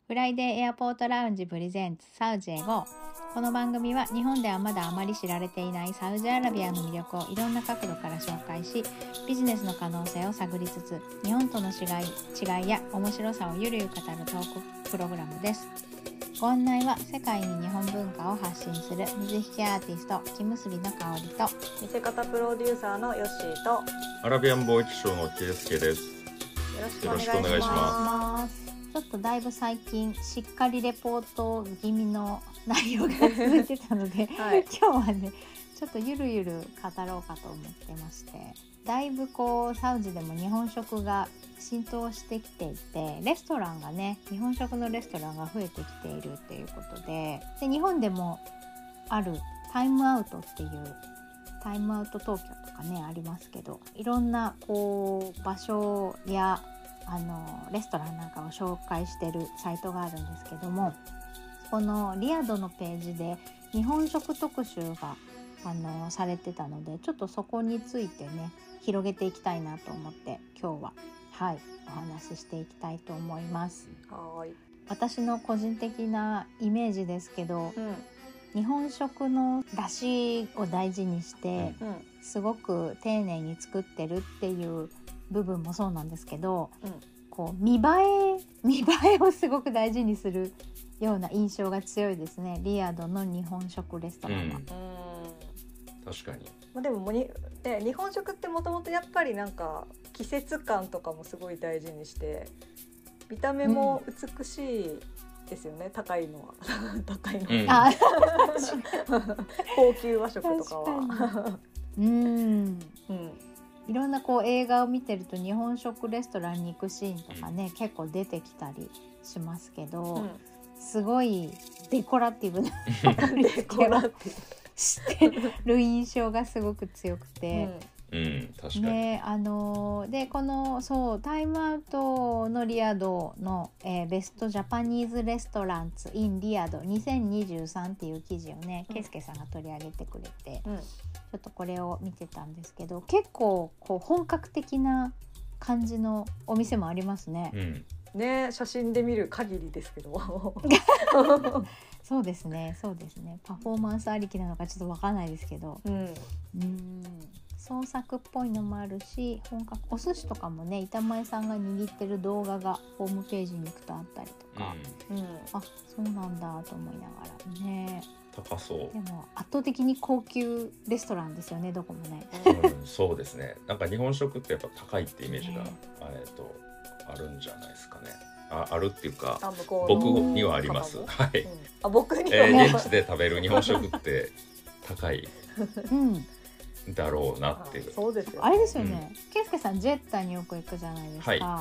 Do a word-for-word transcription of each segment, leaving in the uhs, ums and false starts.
フライデーエアポートラウンジプレゼンツサウジへ ゴー。 この番組は日本ではまだあまり知られていないサウジアラビアの魅力をいろんな角度から紹介し、ビジネスの可能性を探りつつ、日本との違い、違いや面白さをゆるゆる語るトークプログラムです。ご案内は世界に日本文化を発信する水引きアーティスト木結びの香りと、 見せ方プロデューサーのヨッシーと、 アラビアン貿易商のケイスケです。 よろしくお願いします。 ちょっとだいぶ最近しっかりレポート気味の内容が続いてたので、はい、今日はねちょっとゆるゆる語ろうかと思ってまして、だいぶこうサウジでも日本食が浸透してきていて、レストランがね日本食のレストランが増えてきているっていうことで、で日本でもあるタイムアウトっていうタイムアウト東京とかねありますけど、いろんなこう場所やあのレストランなんかを紹介してるサイトがあるんですけども、このリアドのページで日本食特集があのされてたので、ちょっとそこについてね広げていきたいなと思って今日ははいお話ししていきたいと思います。 はい。 私の個人的なイメージですけど、 うん、 日本食の出汁を大事にして、 うん、 すごく丁寧に作ってるっていう部分もそうなんですけど、 うん、 こう見栄え見栄えをすごく大事にするような印象が強いですね、リアドの日本食レストランは。 うん、確かに。 まあ、でももに、ね、日本食ってもともとやっぱりなんか季節感とかもすごい大事にして、見た目も美しいですよね、うん、高いのは高いのは、うん、高級和食とかはうん、うん、 いろんなこう映画を見てると日本食レストランに行くシーンとかね、うん、結構出てきたりしますけど、うん、すごいデコラティブなデコラティブしてる印象がすごく強くて、 うんうん、確かに。 で、あのでこのそうタイムアウトのリアドの、えー、ベストジャパニーズレストランツ in リアドにせんにじゅうさんっていう記事をね、ケイスケさんが取り上げてくれて、うん、ちょっとこれを見てたんですけど、結構こう本格的な感じのお店もありますね。 うんね、写真で見る限りですけどそうですねそうですねパフォーマンスありきなのかちょっと分かんないですけど、うん、うーん創作っぽいのもあるし、本格お寿司とかもね板前さんが握ってる動画がホームページに行くとあったりとか、うんうん、あそうなんだと思いながらね。 高そう。 でも圧倒的に高級レストランですよね、どこもね、 うん、そうですね。なんか日本食ってやっぱ高いってイメージが、ねえー、とあるんじゃないですかね。 あ, あるっていうか僕にはあります、はい、うん、 あ僕には、 えー、現地で食べる日本食って高い、 うんだろうなっていう。 あ, そうですよ、 あれですよね、ケイスケさんジェッタによく行くじゃないですか、 はい、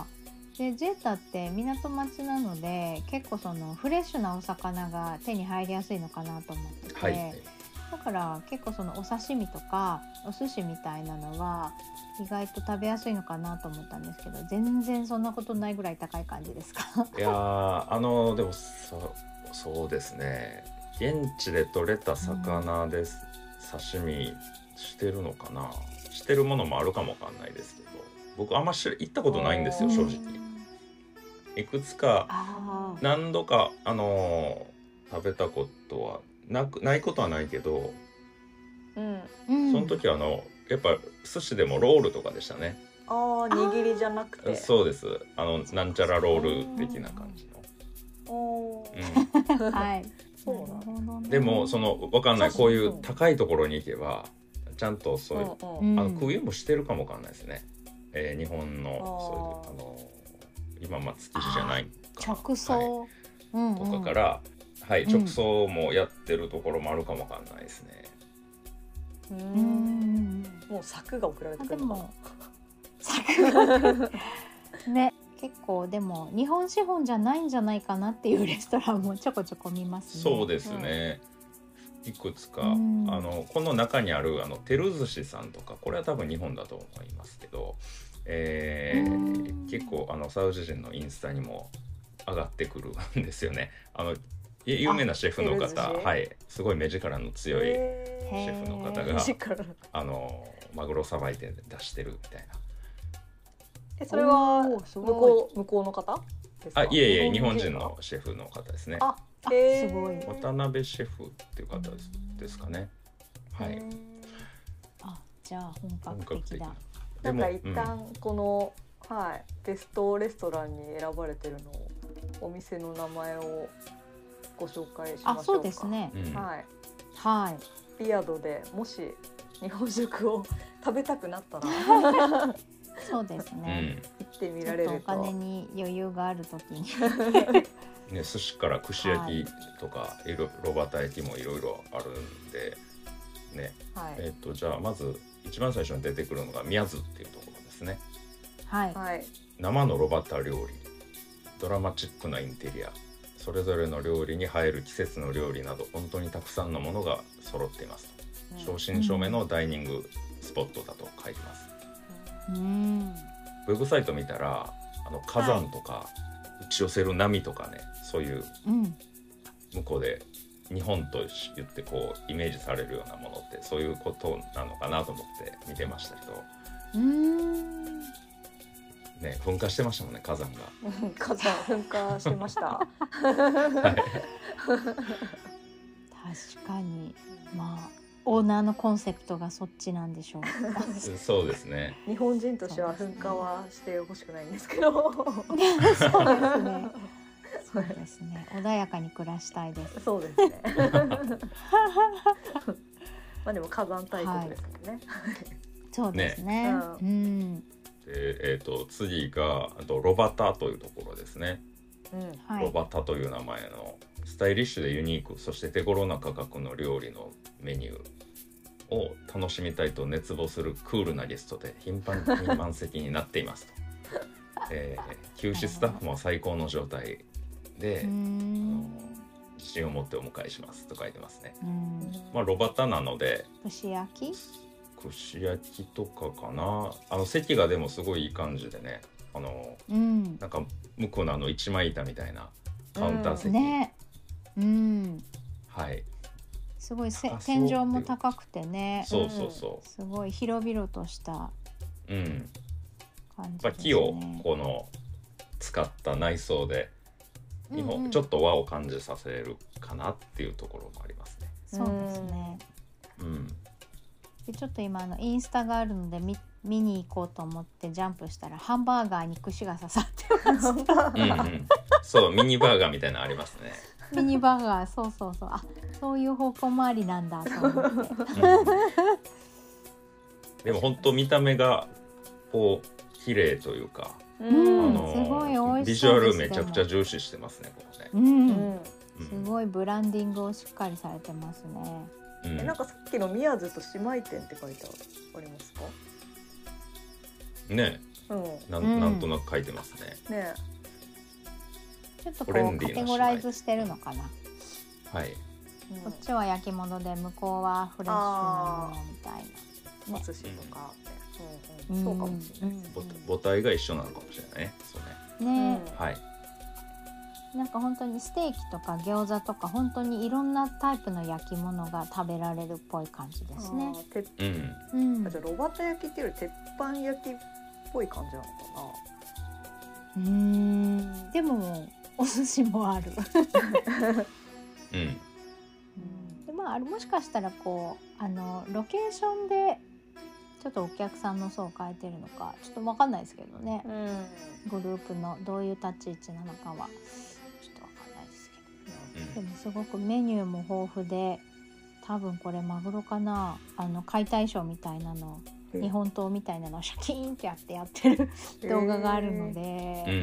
でジェッタって港町なので結構そのフレッシュなお魚が手に入りやすいのかなと思ってて、はい、だから結構そのお刺身とかお寿司みたいなのは意外と食べやすいのかなと思ったんですけど、全然そんなことないぐらい高い感じですか？ いやーあのでも そ, そうですね、現地で取れた魚です、うん、刺身してるのかな、してるものもあるかもわかんないですけど、僕あんまし行ったことないんですよ正直。いくつか何度かあのー、食べたことはなくないことはないけど、うん、その時はあのやっぱ寿司でもロールとかでしたね。 ああ握りじゃなくて。 そうです、あのなんちゃらロール的な感じの。お、 うん、はい。そうなんだ。 でもそのわかんない、こういう高いところに行けばちゃんとそういう、うん、あの空輸もしてるかもわかんないですね、えー、日本のそういうあの今まあ築地じゃないか直送、はいうんうん、 とかから、はい、直送もやってるところもあるかもわかんないですね。 うーんもう柵が送られてくるのかな。 柵がね、結構でも日本資本じゃないんじゃないかなっていうレストランもちょこちょこ見ますね。 そうですね、うん、いくつか、うん、あのこの中にあるあのテル寿司さんとか、これは多分日本だと思いますけど、えー、結構あのサウジ人のインスタにも上がってくるんですよね。あの有名なシェフの方、はい、すごい目力の強いシェフの方があのマグロさばいて出してるみたいな。 えそれは向こう向こうの方？ ですか？ あ、いえいえ、日本が人のシェフの方ですね。 あ、 あへーすごい渡辺シェフっていう方ですですかね。はい。 あ、じゃあ本本格的だ。 なんか一うん旦この、はい、ベストレストランに選ばれてるのをお店の名前をご紹介しましょうか。 あ、そうですね。 うんはい。 はい。 ビアドでもし日本食を食べたくなったらそうですね。 行ってみちょっとおられると。 金に余裕があるときに。 ね、寿司から串焼きとか、はい、いろ炉端焼きもいろいろあるんで、ね、 はい、 えっとじゃあまず一番最初に出てくるのが宮津っていうところですね。 はい。 生の炉端料理、ドラマチックなインテリア、それぞれの料理に入る季節の料理など本当にたくさんのものが揃っています。うん、正真正銘のダイニングスポットだと書いてます。 うん、 ウェブサイト見たらあの火山とか、はい、打ち寄せる波とかね、そういう、うん、向こうで日本と言ってこうイメージされるようなものってそういうことなのかなと思って見てましたけど、 うーん、 ね、噴火してましたもんね、火山が。 火山噴火してました。はい、 確かに、まあオーナーのコンセプトがそっちなんでしょう。 そうですね。 日本人としては噴火はしてほしくないんですけど。 そうですね。そうですね。穏やかに暮らしたいです。 そうですね。まあでも火山大国ですもんね。はい、 そうですね。ね、うん。 で、えっと次があとロバタというところですね。うん、ロバタという名前のスタイリッシュでユニーク、そして手頃な価格の料理のメニューを楽しみたいと熱望するクールなゲストで頻繁に満席になっていますと。えー、休止スタッフも最高の状態で、あの自信を持ってお迎えしますと書いてますね。まあロバタなので串焼き串焼きとかかな。あの席がでもすごいいい感じでね、あの、うん、なんか向こうのあの一枚板みたいなカウンター席、うんね、うん、 はい、 すごいせ天井も高くてね、 そうそうそう、 すごい広々とした感じですね。 うん、 木をこの使った内装で日本、うんうん、ちょっと和を感じさせるかなっていうところもありますね。 そうですね。 うん。 でちょっと今あのインスタがあるので 見, 見に行こうと思ってジャンプしたらハンバーガーに串が刺さってました。 うん、うん、そうミニバーガーみたいなのありますね。 ミニバーガー、そうそうそう、あ、そういう方向回りなんだと思って、うん、 でも本当見た目がこう綺麗というか、 うん、あのすごい美味しそうです。 ビジュアルめちゃくちゃ重視してますね、ここね。 うん、うん、すごいブランディングをしっかりされてますね。 うん、なんかさっきの宮津と姉妹店って書いてありますかね、うん、な, なんとなく書いてますね。 ね、 ちょっとこうカテゴライズしてるのかな。 はい、 こっちは焼き物で向こうはフレッシュなものみたいな、 ね、お寿司とか、うんうんうん、そうかもしれないです、 うん、母体が一緒なのかもしれないね。そうね、 ね、 うん、はい。 なんか本当にステーキとか餃子とか本当にいろんなタイプの焼き物が食べられるっぽい感じですね。 うん、 じゃあロバタ焼きっていうより鉄板焼きっぽい感じなのかな。 うーん、でもお寿司もある。 うん、 でまああれもしかしたらこうあのロケーションでちょっとお客さんの層を変えてるのかちょっと分かんないですけどね、うん、グループのどういう立ち位置なのかはちょっと分かんないですけど、うん、でもすごくメニューも豊富で、多分これマグロかな、あの解体ショーみたいなの、日本刀みたいなのをシャキーンってやってやってる動画があるので、うんうん、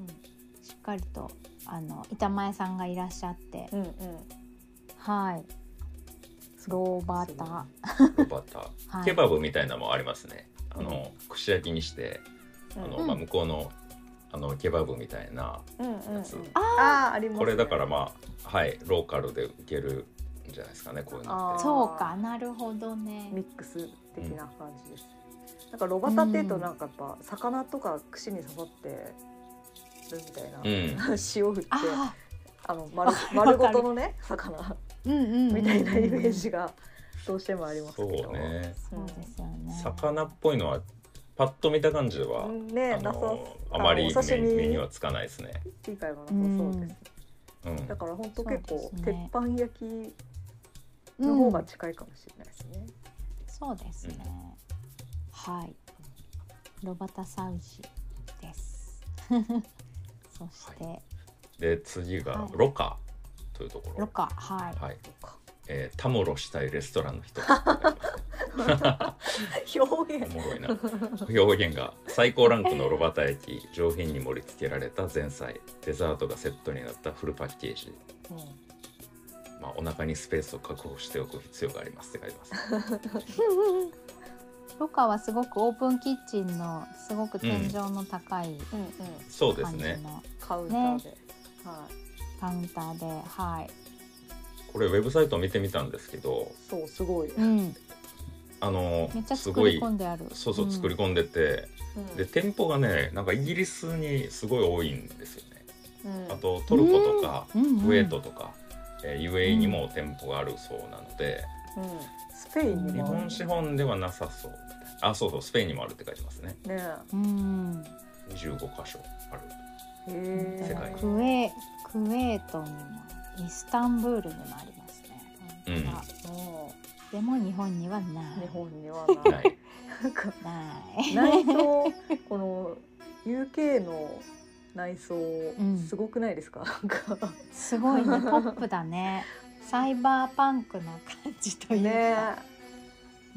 しっかりとあの板前さんがいらっしゃって、うんうん、はい、ロバタロバタ、はい、ケバブみたいなのもありますね。あの、うん、串焼きにしてあの、うん、まあ、向こうのあのケバブみたいなやつ、うんうんうん、 あありますね。 これだからまあはいローカルで受けるんじゃないですかね、こういうのって。 そうか、なるほどね。 ミックス的な感じです、うん、なんかロバタっていうとなんかやっぱ魚とか串に刺さってるみたいな、うん、塩振ってああの 丸, 丸ごとのね魚うんうんうんうんみたいなイメージがどうしてもありますけど。 そうね、 そうですよね。 魚っぽいのはパッと見た感じでは、 ね、 あのなさあまりメお刺身メニューはつかないですね。 理解がなさそうです、 うん、 だから本当結構、 そうですね、 鉄板焼きの方が近いかもしれないですね、 そうですね、うん、はい、ロバタサウジですそして、はい、 で次がロカというところ、 ロカ、はい、 はい、えー、たむろしたいレストランの人表現おもろいな表現が最高ランクのロバタ焼き、上品に盛り付けられた前菜、デザートがセットになったフルパッケージ、うん、まあ、お腹にスペースを確保しておく必要がありますって書いてますロカはすごくオープンキッチンのすごく天井の高い感じの、 うんうんうん、そうですね、 カウンターで、 ね、はい、カウンターで、はい、 これウェブサイトを見てみたんですけど、 そうすごい、 うん、 あのめっちゃ作り込んである、 そうそう、作り込んでて、うん、で店舗がねなんかイギリスにすごい多いんですよね、うん、あとトルコとか、うん、クウェートとか、えー、ユーエーイー にも店舗があるそうなので、 うん、スペインにも日本資本ではなさそう。あ、そうそう、スペインにもあるって書いてますね。 ね、 うん、 にじゅうごかしょある。 へ世界に。 クウェクウェートにもイスタンブールにもありますね。うん、もうでも日本にはない。 日本にはない。ない。内装この ユーケー の内装、うん、すごくないですか？ すごいね、ポップだね。サイバーパンクな感じというか。ね、 うん、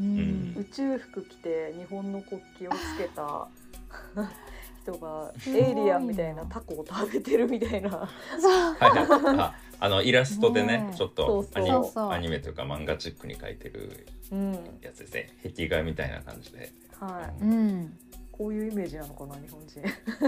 宇宙服着て日本の国旗をつけた人がエイリアンみたいなタコを食べてるみたいなはい、 あ, あのイラストで ね, ねちょっとアニそうそうアニメというか漫画チックに描いてるやつですね、うん、壁画みたいな感じで、 はい、 うん、 こういうイメージなのかな日本人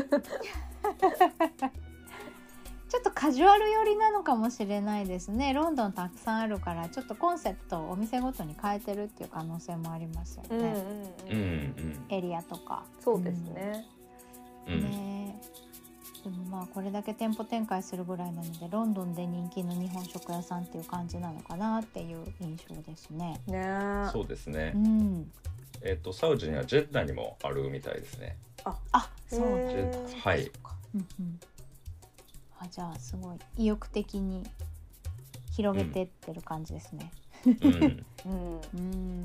ちょっとカジュアル寄りなのかもしれないですね。ロンドンたくさんあるからちょっとコンセプトをお店ごとに変えてるっていう可能性もありますよね、うんうんうん、エリアとか。 そうですね、 うん、ねでもまあこれだけ店舗展開するぐらいなのでロンドンで人気の日本食屋さんっていう感じなのかなっていう印象ですね。 ね、 そうですね、 うん、 えーと、サウジにはジェッダにもあるみたいですね。 ああそうなんです、はい、 うんうん、あじゃあすごい意欲的に広げてってる感じですね。 うんうんうん、 なるほど、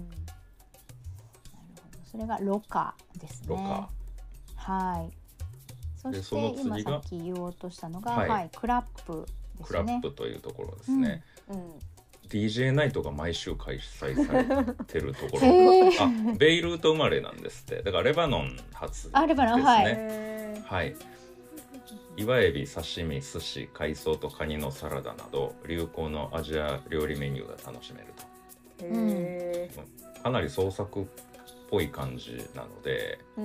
それがロカですね。 ロカ、 はい。そして今さっき言おうとしたのが、はいはい、クラップですね。 クラップというところですね、うんうん、ディージェー ナイトが毎週開催されてるところあベイルート生まれなんですって。だからレバノン発ですね。 あレバノン、はい、 はい、岩エビ、刺身、寿司、海藻とカニのサラダなど流行のアジア料理メニューが楽しめると。 へー、かなり創作っぽい感じなので、 うん、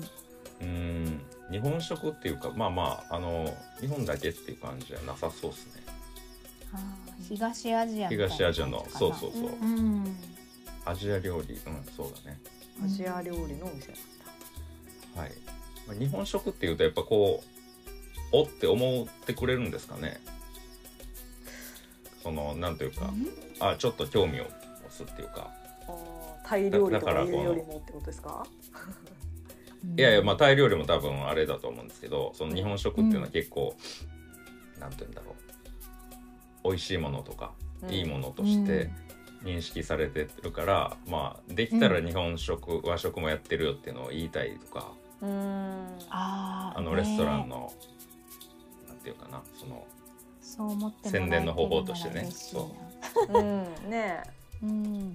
うん日本食っていうかまあまああの日本だけっていう感じじゃなさそうですね。 あ東アジアみたいな東アジアのそうそうそう、 うん、 アジア料理、うんそうだね、 アジア料理のお店だった。 はい、まあ、日本食っていうとやっぱこうおって思ってくれるんですかね。そのなんというか、うん、あちょっと興味を持つっていうか、 あタイ料理とかいうよりもってことですか？ いやいや、まあタイ料理も多分あれだと思うんですけど、その日本食っていうのは結構、うん、なんていうんだろう、美味しいものとか、うん、いいものとして認識されてるから、うん、まあできたら日本食、うん、和食もやってるよっていうのを言いたいとか、 うん、あ, あのレストランの、なんていうかな、そのそう思って宣伝の方法としてね、そう、 うんね、 うん、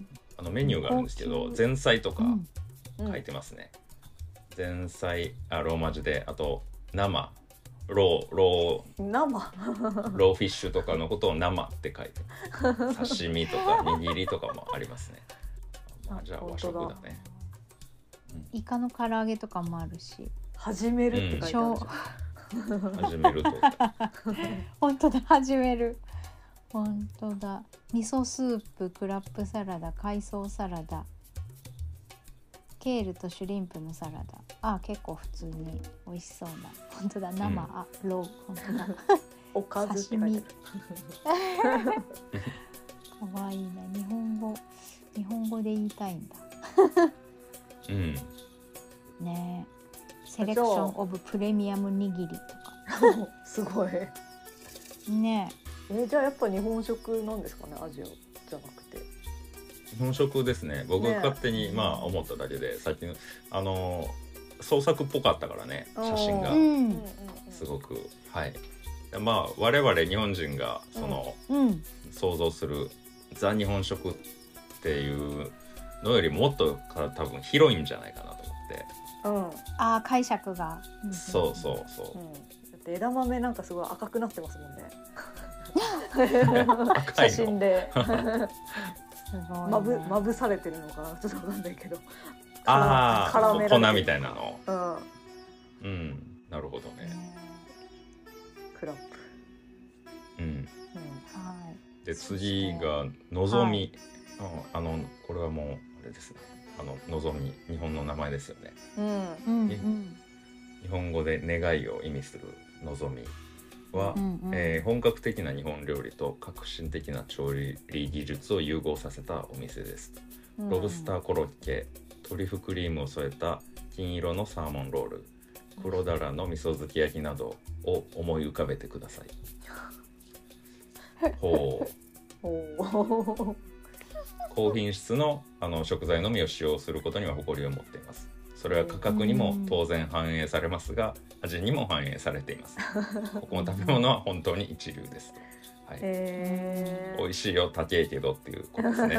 あのメニューがあるんですけど、前菜とか書いてますね。うん、前菜、あローマ字で、あと生、ローロー生ローフィッシュとかのことを生って書いてます。刺身とか握りとかもありますね。まあ、じゃあ和食だね。 うん、イカの唐揚げとかもあるし、 始めるって書いてあるじゃん、うん、始めると本当だ、始める、本当だ。味噌スープ、クラップサラダ、海藻サラダ、ケールとシュリンプのサラダ。あ、結構普通に美味しそうな。本当だ、生、うん、あ、ロー、本当だ。 おかずって書いてある。 かわいいな、日本語、日本語で言いたいんだ。 うん。 ねセレクションオブプレミアム握りとかすごい。 ねえじゃあやっぱ日本食なんですかね、アジアじゃなくて。 日本食ですね。僕が勝手に、 ね、 まあ思っただけで、さっきのあの創作っぽかったからね、写真がすごく、はい。まあ我々日本人がその、うん、想像するザ日本食っていうのよりもっと多分広いんじゃないかなと思って。 うん、あ解釈が、 うん、そうそうそう、 うん、だって枝豆なんかすごい赤くなってますもんね写真でまぶまぶされてるのかなちょっとわかんないけど、 ああ粉みたいなの、うん、うん、なるほどね、 クラップ、 うん、うん、はい。で次がのぞみ、はい、あのこれはもうあれですね、あののぞみ、日本の名前ですよね、うんうんうん、日本語で願いを意味するのぞみは、うんうん、えー、本格的な日本料理と革新的な調理技術を融合させたお店です、うん、ロブスターコロッケ、トリュフクリームを添えた金色のサーモンロール、黒だらの味噌漬け焼きなどを思い浮かべてくださいほう高品質 の, あの食材のみを使用することには誇りを持っています。それは価格にも当然反映されますが、味にも反映されています。ここの食べ物は本当に一流です、はい、えー、美味しいよ高いけどっていうことですね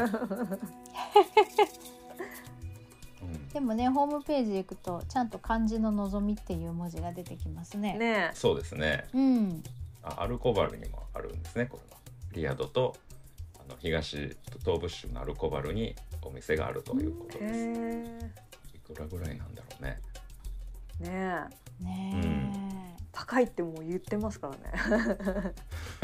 うん、でもねホームページ行くとちゃんと漢字ののぞみっていう文字が出てきますね。 ね、 そうですね、うん、あアルコバルにもあるんですね。これはリヤドとあの東東部州のアルコバルにお店があるということです。いくらぐらいなんだろうね。 ねえ、ねえ、うん、高いってもう言ってますからね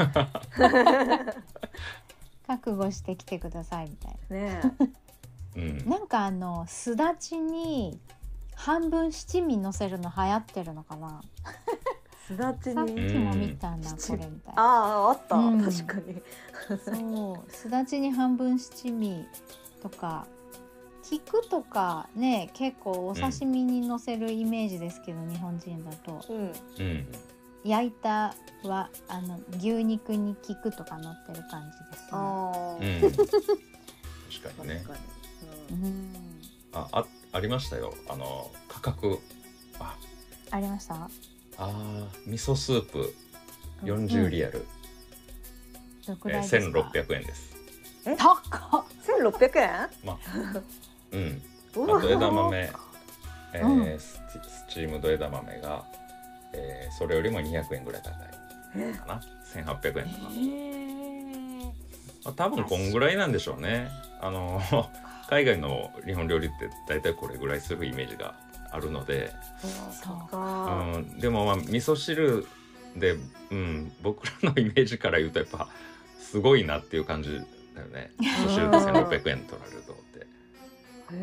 覚悟してきてくださいみたいなねえ、うん、なんかあのすだちに半分七味乗せるの流行ってるのかなすだちにさっきも見たんだ、うん、これみたいな。 あああった、うん、確かにそうすだちに半分七味とか菊とかね結構お刺身に乗せるイメージですけど、うん、日本人だと、うん、焼いたはあの牛肉に菊とか乗ってる感じですね。あ、うん、 確かにね。確かに、うん、あ, あ, ありましたよ、あの価格 あ, ありました。 あ味噌スープよんじゅうリアル、うん、 どくらいですか。 せんろっぴゃくえんです。 え高っせんろっぴゃくえん、まあうん、あと枝豆、えーうん、スチームド枝豆が、えー、それよりもにひゃくえんぐらい高いかな、せんはっぴゃくえんとか、えーまあ、多分こんぐらいなんでしょうね。あの海外の日本料理って大体これぐらいするイメージがあるので、そうか、うん、でもまあ味噌汁で、うん、僕らのイメージから言うとやっぱすごいなっていう感じだよね。味噌汁でせんろっぴゃくえん取られるとって、うん、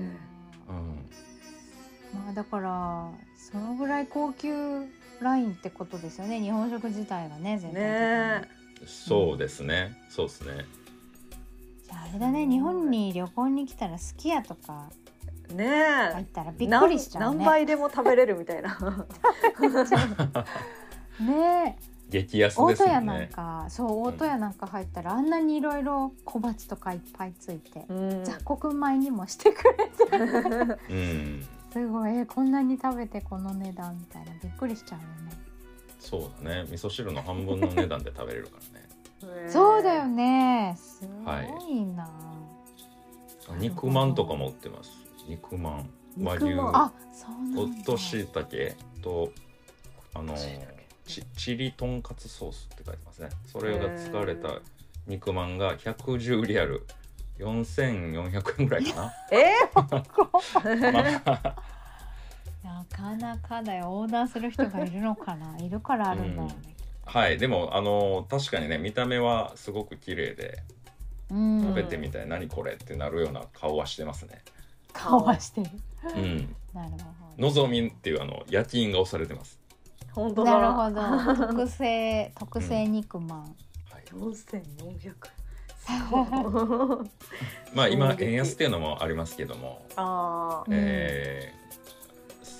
まあだからそのぐらい高級ラインってことですよね、日本食自体がね全体的にね。 そうですね、うん、そうですね。 じゃああれだね、日本に旅行に来たらすき家とかねえ入ったらびっくりしちゃうね。 何倍でも食べれるみたいなねえ激安ですよね。大戸屋なんか、そう大戸屋なんか入ったら、うん、あんなにいろいろ小鉢とかいっぱいついて、うん、雑穀米にもしてくれて、うん、すごい、えこんなに食べてこの値段みたいな、びっくりしちゃうよね。 そうだね、味噌汁の半分の値段で食べれるからねそうだよね、すごいな、はい、 肉まんとかも売ってます。肉まん、和牛、 あ、そうなんだ、 ホットしいたけとあのチ, チリとんかつソースって書いてますね。それが使われた肉まんがひゃくじゅうリアル、よんせんよんひゃくえんぐらいかなえー、 なかなかだよ、オーダーする人がいるのかな、いるからあるんだよね、うん、 はい。でもあの確かにね、見た目はすごく綺麗で、うん、食べてみたい、何これってなるような顔はしてますね。 顔はしてる、 うん、なるほど。のぞみっていうあの焼き印が押されてます。 本当だ。 なるほど、特製特製肉まん、うん、はい、 よんせんよんひゃくまあ今円安っていうのもありますけども、あ、えー、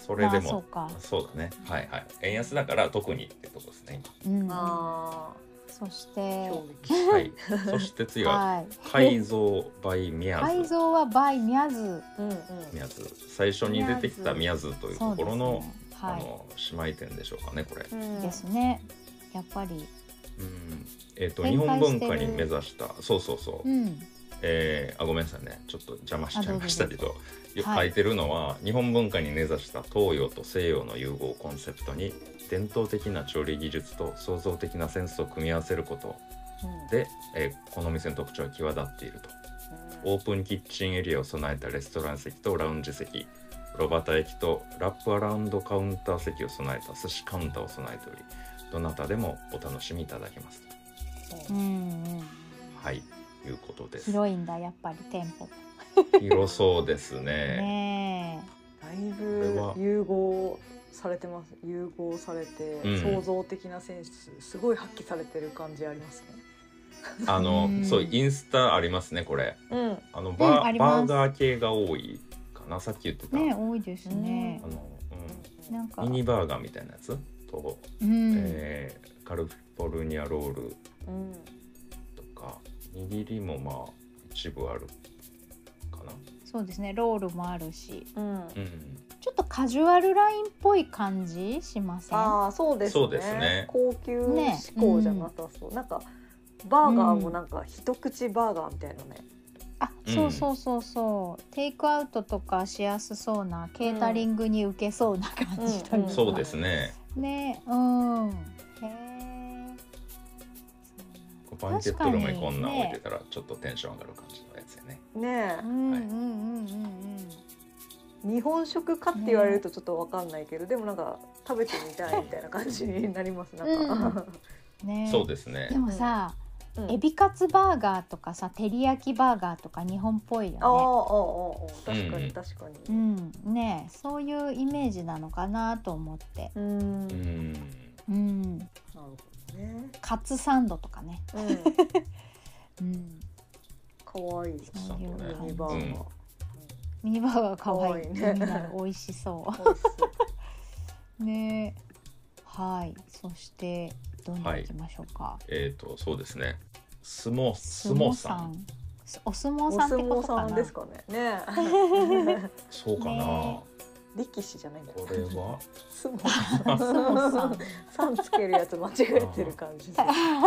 それでもまあそうかそうだね、はいはい、円安だから特にってとこですねうん、 あそして衝撃今。はい。そして次ははい改造 by 宮津。 改造はバイ宮津うんうん宮津最初に出てきた宮津というところの、 そうですねはいあの姉妹店でしょうかねこれ。 うんですねやっぱりうんえっ、と展日開してる本文化に目指したそうそうそう。 うんえー、あごめんなさいねちょっと邪魔しちゃいましたけどあどうぞよはい書いてるのは、日本文化に根ざした東洋と西洋の融合をコンセプトに伝統的な調理技術と創造的なセンスを組み合わせることで、えーこの店の特徴は際立っていると。オープンキッチンエリアを備えたレストラン席とラウンジ席、炉端焼きとラップアラウンドカウンター席を備えた寿司カウンターを備えており、どなたでもお楽しみいただけますと。 うんうんはいいうことです。 広いんだやっぱり店舗広そうですね。 ねだいこれはぶ融合されてます。融合されて、 うん創造的なセンスすごい発揮されてる感じありますね。 あの、 うんそうインスタありますねこれ。 うんあのうんバー、 ありますバーガー系が多いかなさっき言ってえた。 ね多いですねあの、 なんかうん、ミニバーガーみたいなやつと、 うんえーカリフォルニアロールうんとか握りもまあ一部あるかな。 そうですねロールもあるしうん。 うん、 ちょっとカジュアルラインっぽい感じしませんああそうですね。 そうですね高級志向じゃなさそう。なんかバーガーもなんか一口バーガーみたいなね。 あ、 うんそうそうそうそうテイクアウトとかしやすそうなケータリングに受けそうな感じというか、 そうですね。 ねうんへえバンケットルームにこんなん置いてたらちょっとテンション上がる感じのやつやね。 ねうんうんはいうんうんえ、日本食かって言われるとちょっとわかんないけど、でもなんか食べてみたいみたいな感じになります。なんか。 うんねそうですね。 でもさ、 うんエビカツバーガーとかさ照り焼きバーガーとか日本っぽいよねああああああ確かうんに確かに。 うんねそういうイメージなのかなと思ってうん。 うなるん。 うんほどね。 カツサンドとかねうん。 うん可愛い。 そういうねミニバーガー。 ミニバーガーかわいい可愛いね気になる美味しそ美味しそうねはいそしてどんどんいきましょうか、 えっ、とそうですね。相撲相撲相撲さん。 さんお相撲おさんって相撲ことかなさんですかね。ねそうかな。 ね力士じゃないんだ。 これは相撲さん。 相撲さんさんつけるやつ間違えてる感じ。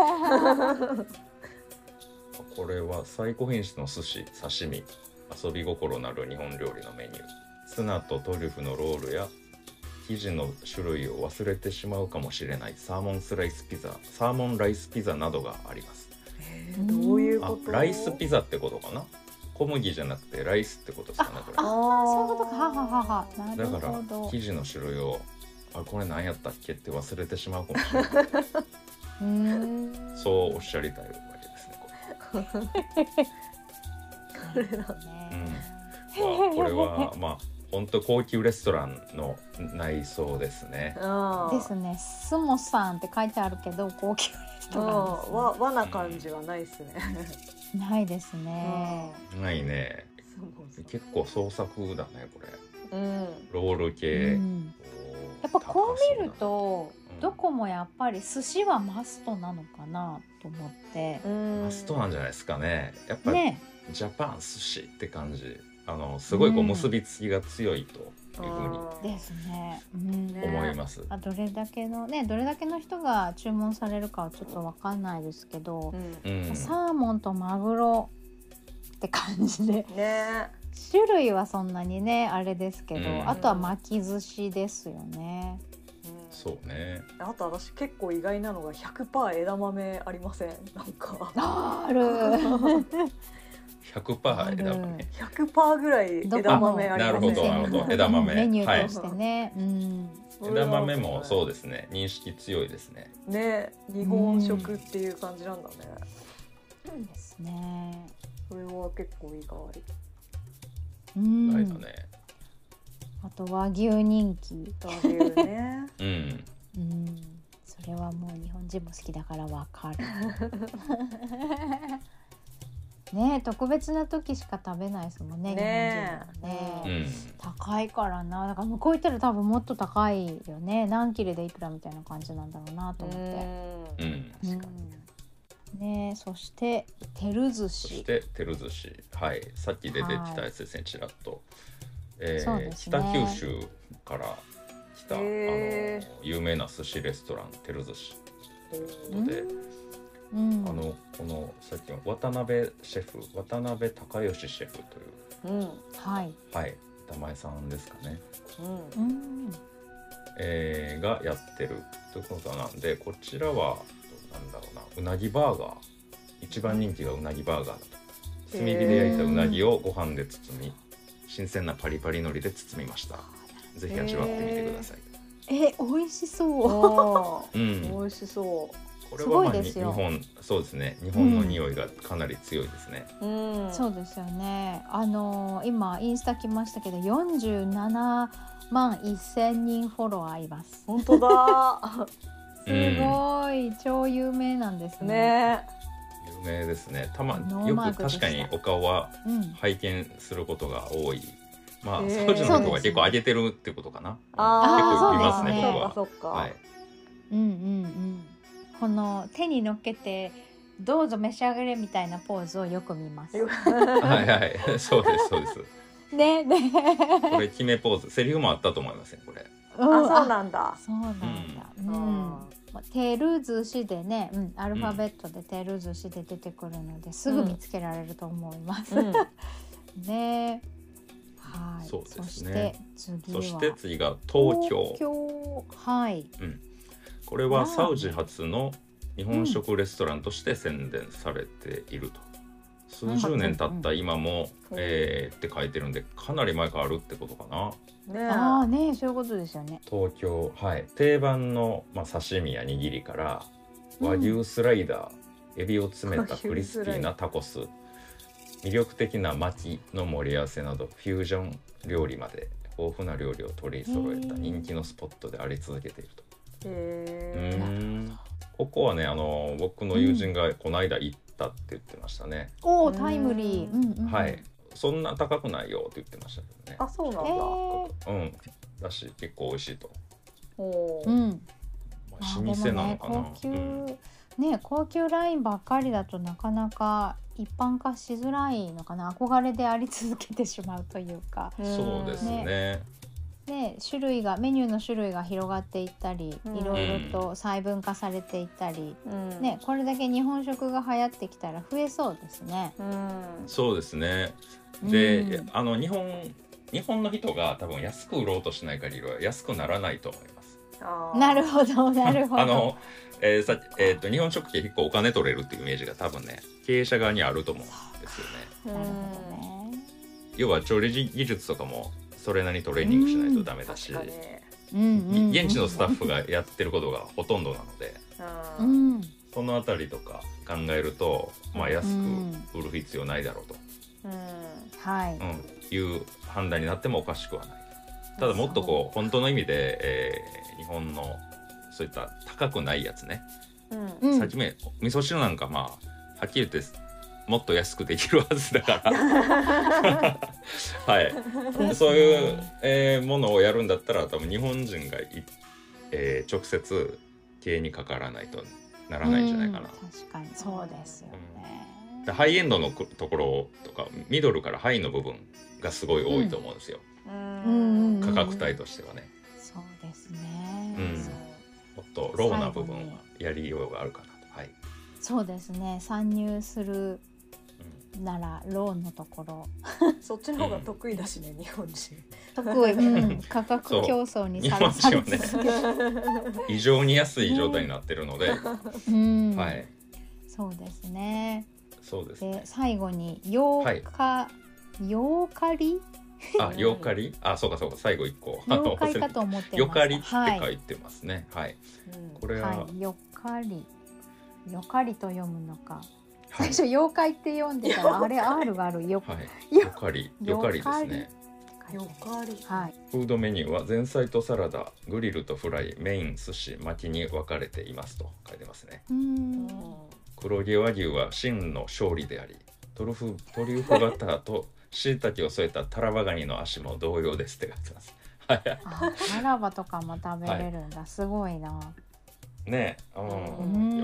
これは最高品質の寿司刺身遊び心なる日本料理のメニュー。ツナとトリュフのロールや生地の種類を忘れてしまうかもしれないサーモンスライスピザ、サーモンライスピザなどがあります。 えーどういうあこ、と？ ライスピザってことかな。小麦じゃなくてライスってことですかねこれ。 あそういうことかははははなるだからほど生地の種類をあこれ何やったっけって忘れてしまうかもしれない。 うーんそうおっしゃりたいわけですねこれ。 これだ。 ねうん、まあこれはまあ本当高級レストランの内装ですね。 あーですねスモさんって書いてあるけど高級レストランあーわ和な感じはないですね。 ですないですねないね。 そう結構創作だねこれ。 うん。 ロールう系。 んおーやっぱこう見ると高そうだなどこもやっぱり寿司はマストなのかなと思ってうん。 マストなんじゃないですかね。やっぱりねジャパン寿司って感じ。あのすごいこううん結びつきが強いというふうにあーですね、うんね思います。 あどれだけのねどれだけの人が注文されるかはちょっとわかんないですけどう、ん。 うん。 サーモンとマグロって感じでね。 種類はそんなにねあれですけど、 うんあとは巻き寿司ですよね。 うんそうね。 あと私結構意外なのが ひゃくパーセント 枝豆ありません？なんかあるひゃくパーセント枝豆。 ひゃくパーセント ぐらい枝豆ありなるほません？ どなるほど枝豆。 メニュはいーとしてね、うん枝豆もそうでですね。認識強いですね。 ね。日本食っていう感じなんだね。 ですね。 それは結構いい香り。 うんあれだね。 あと和牛人気、 和牛ね。 うん。 うん、それはもう日本人も好きだからわかる。 ね、特別な時しか食べないですもんね、 ね日本人はね、 うん、 高いからな。だから向こう行ったら多分もっと高いよね。何切れでいくらみたいな感じなんだろうなと思って。 うん、 うん、ね、そして照寿司。 そして照寿司、はい、さっき出てきたやつですね、ちらっと、えーね、 北九州から来たあの有名な寿司レストラン照寿司ということで、うん、あのこのさっきの渡辺シェフ渡辺隆義シェフという、 うん、はいはい板前さんですかね、 うん、 えー、がやってるということなんで、こちらはなんだろうな、うなぎバーガー、一番人気がうなぎバーガーだと。炭火で焼いたうなぎをご飯で包み、新鮮なパリパリ海苔で包みました。ぜひ味わってみてください。 えー、美味しそう。 うん、美味しそう。 これは、まあ、日本、そうですね、日本の匂いがかなり強いですね、 うんうん、そうですよね。あのー、今インスタ来ましたけどよんじゅうななまんせんにんフォロワーいます。 本当だすごい、うん、超有名なんですね。 ね、 有名ですね。たまよく確かにお顔は拝見することが多い、うん、まあサウジの人が結構上げてるってことかな、 あ結構見ますね、 僕は。 そうかそうか、 はい、 うんうんうん。この手に乗っけてどうぞ召し上がれみたいなポーズをよく見ます。 はいはい、そうですそうです。 ねね。 これ決めポーズ、セリフもあったと思いますね、これ。 うん、あ、そうなんだ。 そうなんだ。うん。テル寿司でね、うん、アルファベットでテル寿司で出てくるので、うん、すぐ見つけられると思います。うん、ね。はい。 そうですね。 そして次そは。 して次が東京。 東京、はい。 うん。これはサウジ初の日本食レストランとして宣伝されていると、うん、数十年経った今も、うん、えー、って書いてるんで、かなり前からあるってことかな、 ね、ああね、そういうことですよね。 東京、はい、定番の、まあ、刺身や握りから和牛スライダー、うん、エビを詰めたクリスピーなタコス、魅力的な巻きの盛り合わせなどフュージョン料理まで豊富な料理を取り揃えた人気のスポットであり続けていると。 へー、うん、ここはね、あの僕の友人がこの間行ったって言ってましたね、 うん、おー、タイムリー、うんうん、 はい、そんな高くないよって言ってましたけどね。 あ、そうなんだ、 うん、だし結構美味しいと。 お、うん、 まあ、老舗なのかな、 ね、高級、うん、ね、高級ラインばっかりだとなかなか一般化しづらいのかな、憧れであり続けてしまうというか。 そうですね、 ねで種類がメニューの種類が広がっていったり、うん、いろいろと細分化されていったり、うんね、これだけ日本食が流行ってきたら増えそうですね、 うん、そうですね。で、うん、あの日本日本の人が多分安く売ろうとしない限りは安くならないと思います。 あ、なるほどなるほど。 あの、えーさえー、と日本食って結構お金取れるっていうイメージが多分ね、経営者側にあると思うんですよね。 なるほどね。 要は調理技術とかもそれなりにトレーニングしないとダメだし、 うん、 現地のスタッフがやってることがほとんどなので、 うん、 そのあたりとか考えると、まあ、安く売る必要ないだろうと、 うんはいうん、いう判断になってもおかしくはない。ただもっとこう本当の意味で、えー、日本のそういった高くないやつね、うん、先め味噌汁なんか、まあはっきり言ってもっと安くできるはずだからはい、そういう、えー、ものをやるんだったら多分日本人がい、えー、直接経営に関わらないとならないんじゃないかな、 うん、確かにそうですよね、 うん、ハイエンドのところとかミドルからハイの部分がすごい多いと思うんですよ、うん、価格帯としてはね。 そうですね、 うん、もっとローな部分はやりようがあるかなと、はい、 そうですね。参入するならローンのところそっちの方が得意だしね、うん、日本人得意、うん、価格競争にさらされ続ける、 ね、異常に安い状態になってるので、 うん、 はい、 そうですね。 そうですね。 で最後にヨーカ、はい、ヨーカリあ、ヨーカリ、あ、そうかそうか、最後一個ヨーカリかと思ってました。 ヨカリって書いてますね、はい、はい、これは、 はい、ヨカリヨカリと読むのか、最初妖怪って読んでたらあれ R があるよ、 はい、ヨカリヨカリですね。 ヨカリ、 はい、 フードメニューは前菜とサラダ、グリルとフライ、メイン、寿司、巻きに分かれていますと書いてますね。 うん、 黒毛和牛は真の勝利であり、 トリュフトリュフバターと椎茸を添えたタラバガニの足も同様ですって書いてます。はいあタラバとかも食べれるんだ、はい、すごいな。 ねえ、うん、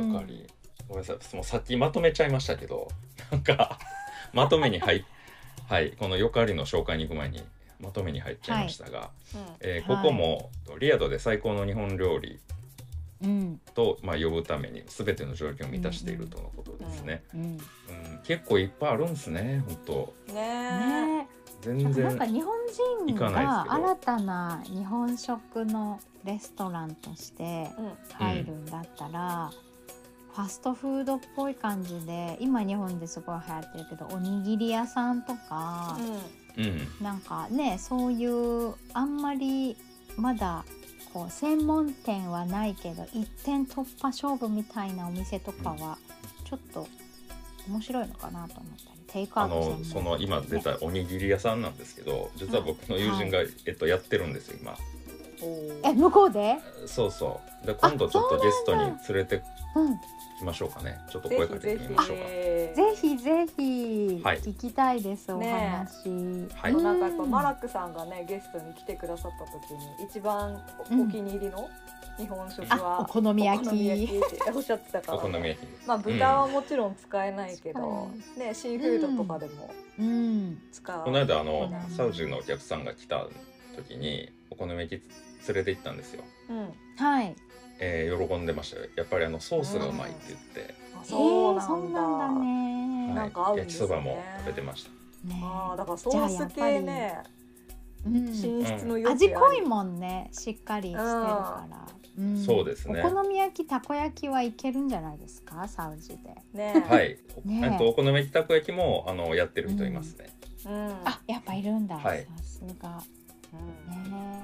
よかり。ごめんなさい、もうさっきまとめちゃいましたけど、なんかまとめに入っはい、このよかりの紹介に行く前にまとめに入っちゃいましたが、はいえー、ここも、はい、リヤドで最高の日本料理と、うんまあ、呼ぶために全ての条件を満たしているとのことですね。うんうんうん、結構いっぱいあるんですね、本当。 ね全然なんか日本人が新たな日本食のレストランとして入るんだったら、うん、ファストフードっぽい感じで今日本ですごい流行ってるけどおにぎり屋さんとか、うん、なんかねそういうあんまりまだこう専門店はないけど一点突破勝負みたいなお店とかはちょっと面白いのかなと思ったり。テイクアウト専門店、ね、あのその今出たおにぎり屋さんなんですけど、実は僕の友人が、うんはいえっと、やってるんですよ今。 え向こうで？ そうそうで今度ちょっとゲストに連れてきましょうかね、うん、ちょっと声かけてみましょうか。 ぜひぜひ聞きたいです、はい、お話、 ねはい、なんかやっぱマラックさんがねゲストに来てくださった時に一番お気に入りの日本食は、 うん、お好み焼きっておっしゃってたからお好み焼き、 まあ、豚はもちろん使えないけど、うんね、シーフードとかでも使う、 うん、この間あのサウジのお客さんが来た時にお好み焼き連れて行ったんですよ、 うん、はい、 えー、喜んでましたよ。やっぱりあのソースがうまいって言って、 うん、そうなんだ、 えー、そうなんだね、 はい、 なんか合うんですね。 焼きそばも食べてました、 ね、あだからソース系ね、 うん、 品質の良い味濃いもんね、しっかりしてるから、 うん、そうですね。 お好み焼きたこ焼きはいけるんじゃないですか、サウジでね。 はい、ね、とお好み焼きたこ焼きもあのやってる人いますね、 うんうん、あやっぱいるんだ、 はい、 さすが、うん、ね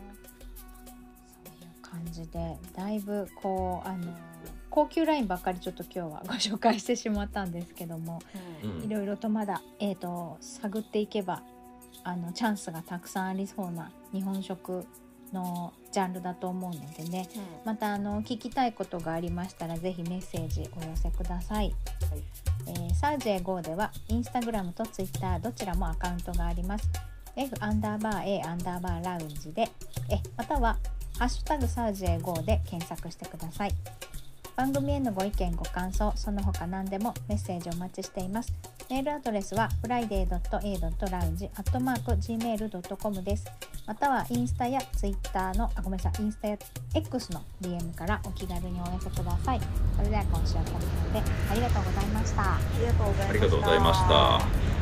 そういう感じでだいぶこうあの高級ラインばっかりちょっと今日はご紹介してしまったんですけども、うん、いろいろとまだ、えーと、探っていけばあのチャンスがたくさんありそうな日本食のジャンルだと思うのでね、うん、またあの聞きたいことがありましたらぜひメッセージお寄せください、はいえー、サウジエゴーではインスタグラムとツイッターどちらもアカウントがあります。 F アンダーバー A アンダーバーラウンジでえまたはハッシュタグサウジエゴーで検索してください。番組へのご意見ご感想その他何でもメッセージお待ちしています。メールアドレスは フライデードットエードットラウンジアットマークジーメールドットコム です。またはインスタやツイッターのあごめんなさいインスタや X の ディーエム からお気軽にお寄せください。それでは今週はこの辺でありがとうございました。 ありがとうございました。 ありがとうございました。